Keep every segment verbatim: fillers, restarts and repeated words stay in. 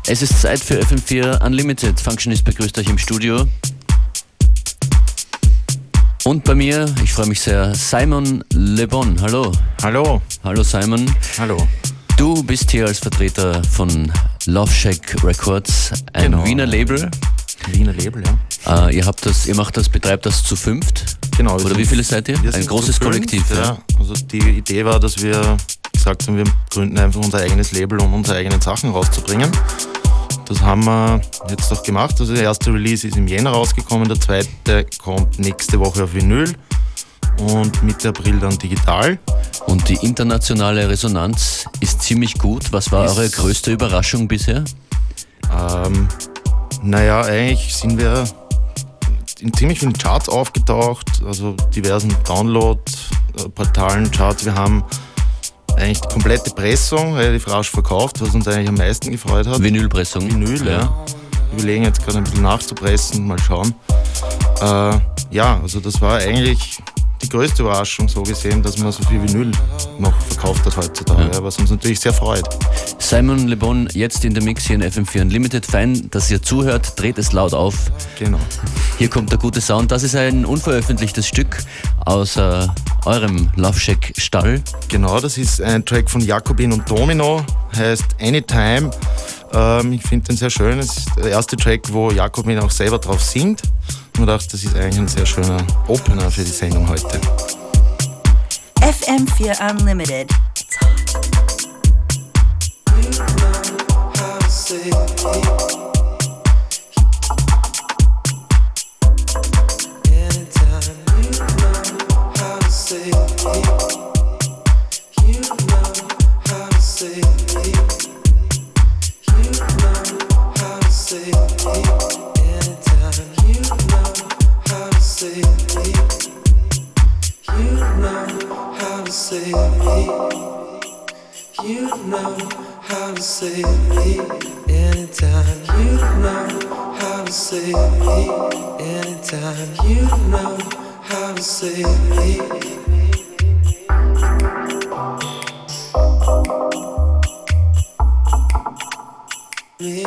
Es ist Zeit für F M vier Unlimited. Functionist begrüßt euch im Studio. Und bei mir, ich freue mich sehr, Simon Le Bon. Hallo. Hallo. Hallo Simon. Hallo. Du bist hier als Vertreter von Love Shack Records, ein Genau. Wiener Label. Wiener Label, ja. Äh, ihr habt das, ihr macht das, betreibt das zu fünft. Genau. Oder wie viele seid ihr? Ein großes zu fünft, Kollektiv. Ja. ja. Also die Idee war, dass wir gesagt haben, wir gründen einfach unser eigenes Label, um unsere eigenen Sachen rauszubringen. Das haben wir jetzt auch gemacht. Also der erste Release ist im Jänner rausgekommen, der zweite kommt nächste Woche auf Vinyl und Mitte April dann digital. Und die internationale Resonanz ist ziemlich gut. Was war Ist eure größte Überraschung bisher? Ähm, naja, eigentlich sind wir in ziemlich vielen Charts aufgetaucht, also diversen Download-Portalen, Charts. Wir haben eigentlich die komplette Pressung relativ rasch verkauft, was uns eigentlich am meisten gefreut hat. Vinylpressung. Vinyl, ja. ja. Wir überlegen jetzt gerade ein bisschen nachzupressen, mal schauen. Äh, ja, also das war eigentlich die größte Überraschung, so gesehen, dass man so viel Vinyl noch verkauft hat heutzutage, ja. Was uns natürlich sehr freut. Simon Le Bon, jetzt in der Mix hier in F M vier Unlimited. Fein, dass ihr zuhört, dreht es laut auf. Genau. Hier kommt der gute Sound. Das ist ein unveröffentlichtes Stück aus äh, eurem Love Shack Stall. Genau, das ist ein Track von Jakobin und Domino, heißt Anytime. Ähm, ich finde den sehr schön. Es ist der erste Track, wo Jakobin auch selber drauf singt. Und ich dachte, das ist eigentlich ein sehr schöner Opener für die Sendung heute. F M vier Unlimited. It's hot. You know how to say anytime. You know how to say you know how to say you know how to say anytime. You know how to say you know how to say you know how to say anytime. You know how to say anytime. You know how to say me.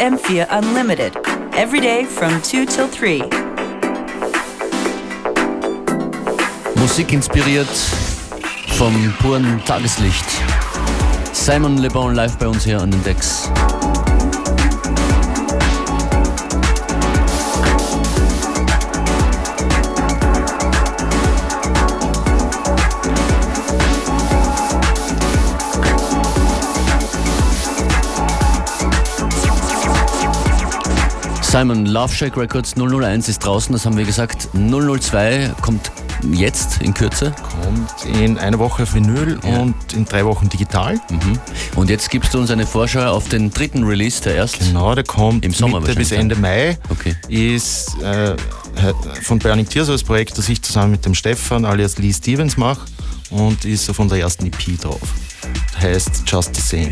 M vier Unlimited. Every day from two till three. Musik inspiriert vom puren Tageslicht. Simon Le Bon live bei uns hier an den Decks. Simon, Love Shack Records null null eins ist draußen, das haben wir gesagt. null null zwei kommt jetzt in Kürze. Kommt in einer Woche auf Vinyl ja. und in drei Wochen digital. Mhm. Und jetzt gibst du uns eine Vorschau auf den dritten Release, der erst Genau, der kommt im Sommer Mitte bis Ende Mai. Okay. Ist äh, von Burning Tears, das Projekt, das ich zusammen mit dem Stefan alias Lee Stevens mache, und ist auf unserer ersten E P drauf. Heißt Just the Same.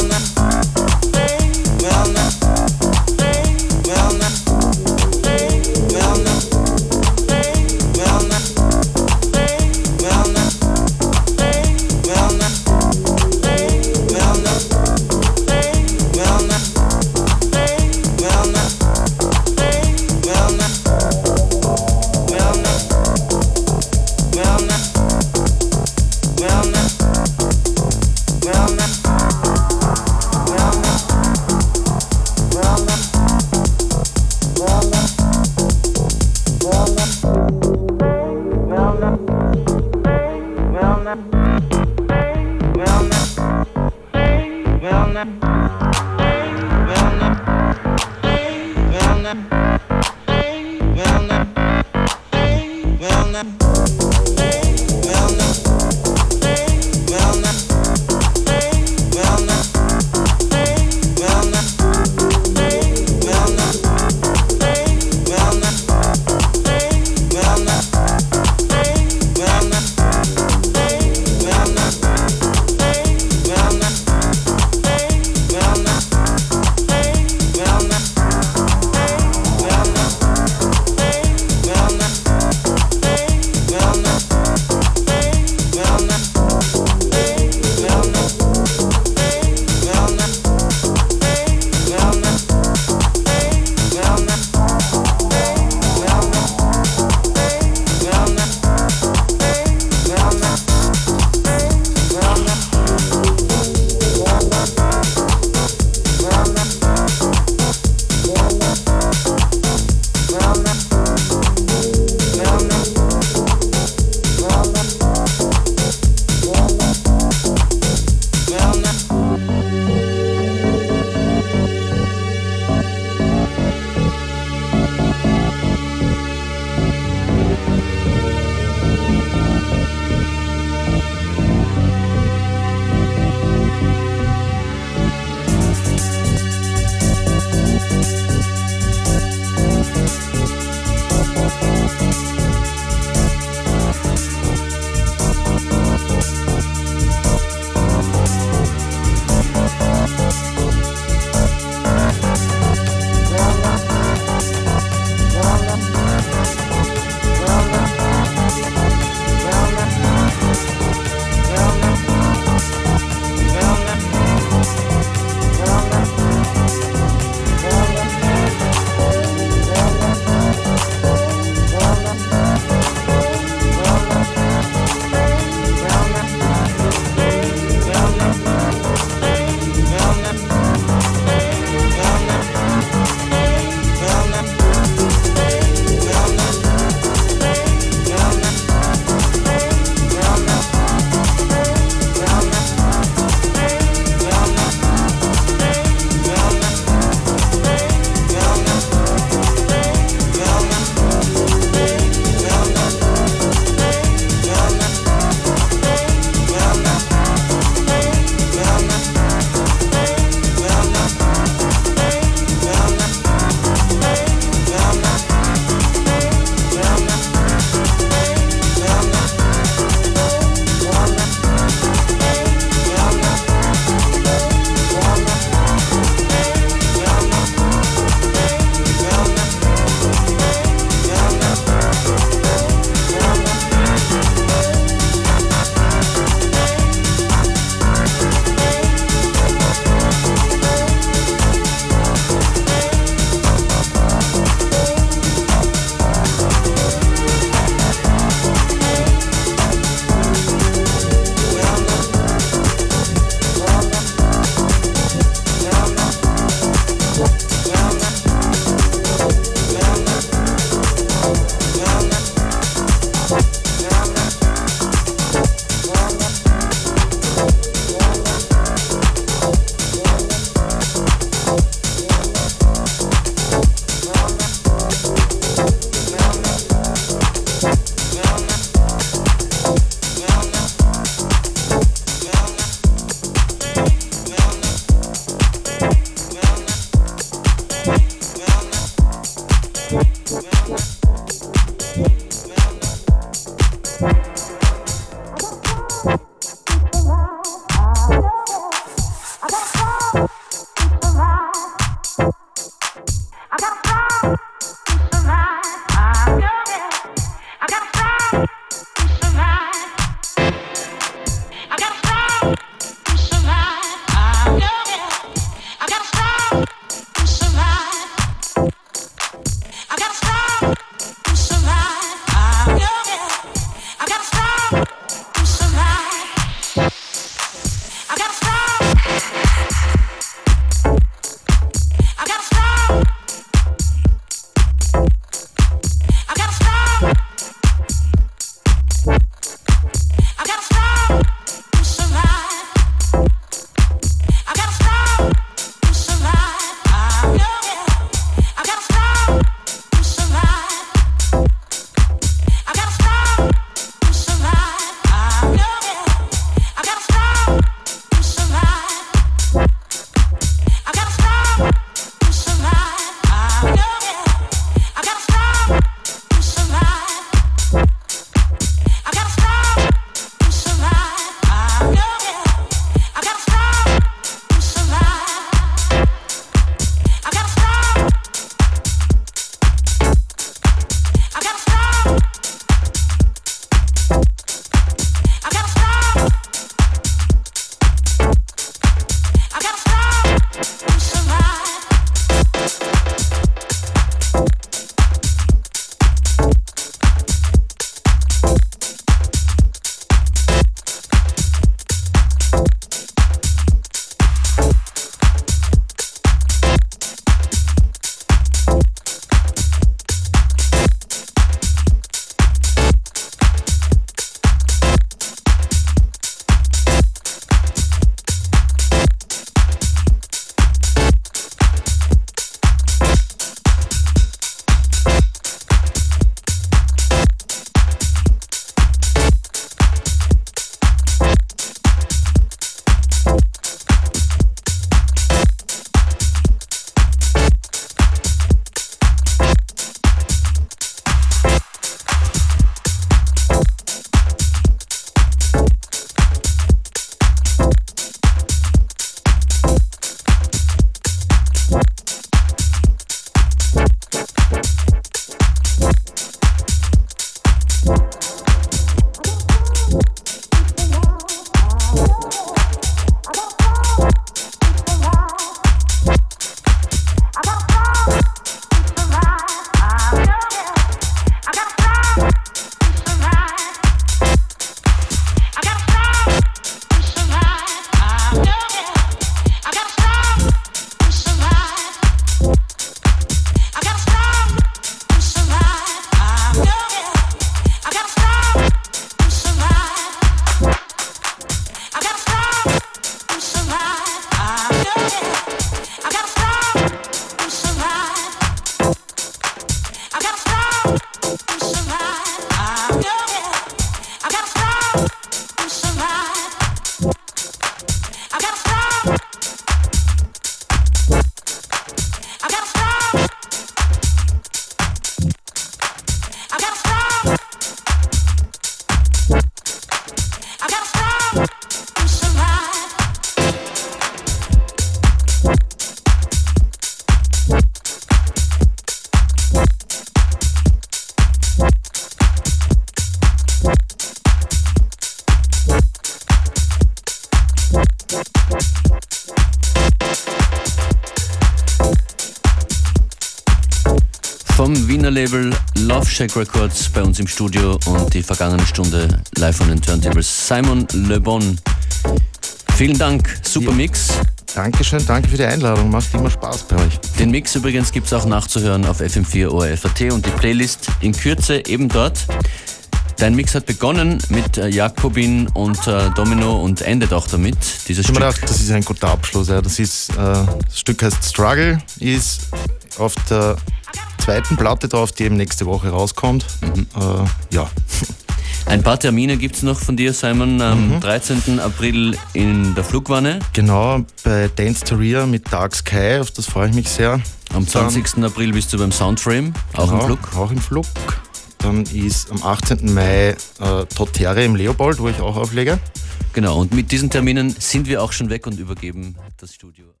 vom Wiener Label Love Shack Records bei uns im Studio und die vergangene Stunde live von den Turntables. Simon Le Bon, vielen Dank, super Mix. Dankeschön, danke für die Einladung, macht immer Spaß bei euch. Den Mix übrigens gibt es auch nachzuhören auf F M vier O R F A T und die Playlist in Kürze eben dort. Dein Mix hat begonnen mit äh, Jakobin und äh, Domino und endet auch damit. Dieses ich habe Stück. mir gedacht, das ist ein guter Abschluss. Ja. Das, ist, äh, das Stück heißt Struggle, ist auf der zweiten Platte drauf, die eben nächste Woche rauskommt. Mhm. Äh, ja. Ein paar Termine gibt es noch von dir, Simon. Am mhm. dreizehnten April in der Flugwanne. Genau, bei Dance Theoria mit Dark Sky, auf das freue ich mich sehr. Am zwanzigsten April bist du beim Soundframe, auch genau, im Flug. Auch im Flug. Dann ist am achtzehnten Mai äh, Totere im Leopold, wo ich auch auflege. Genau, und mit diesen Terminen sind wir auch schon weg und übergeben das Studio.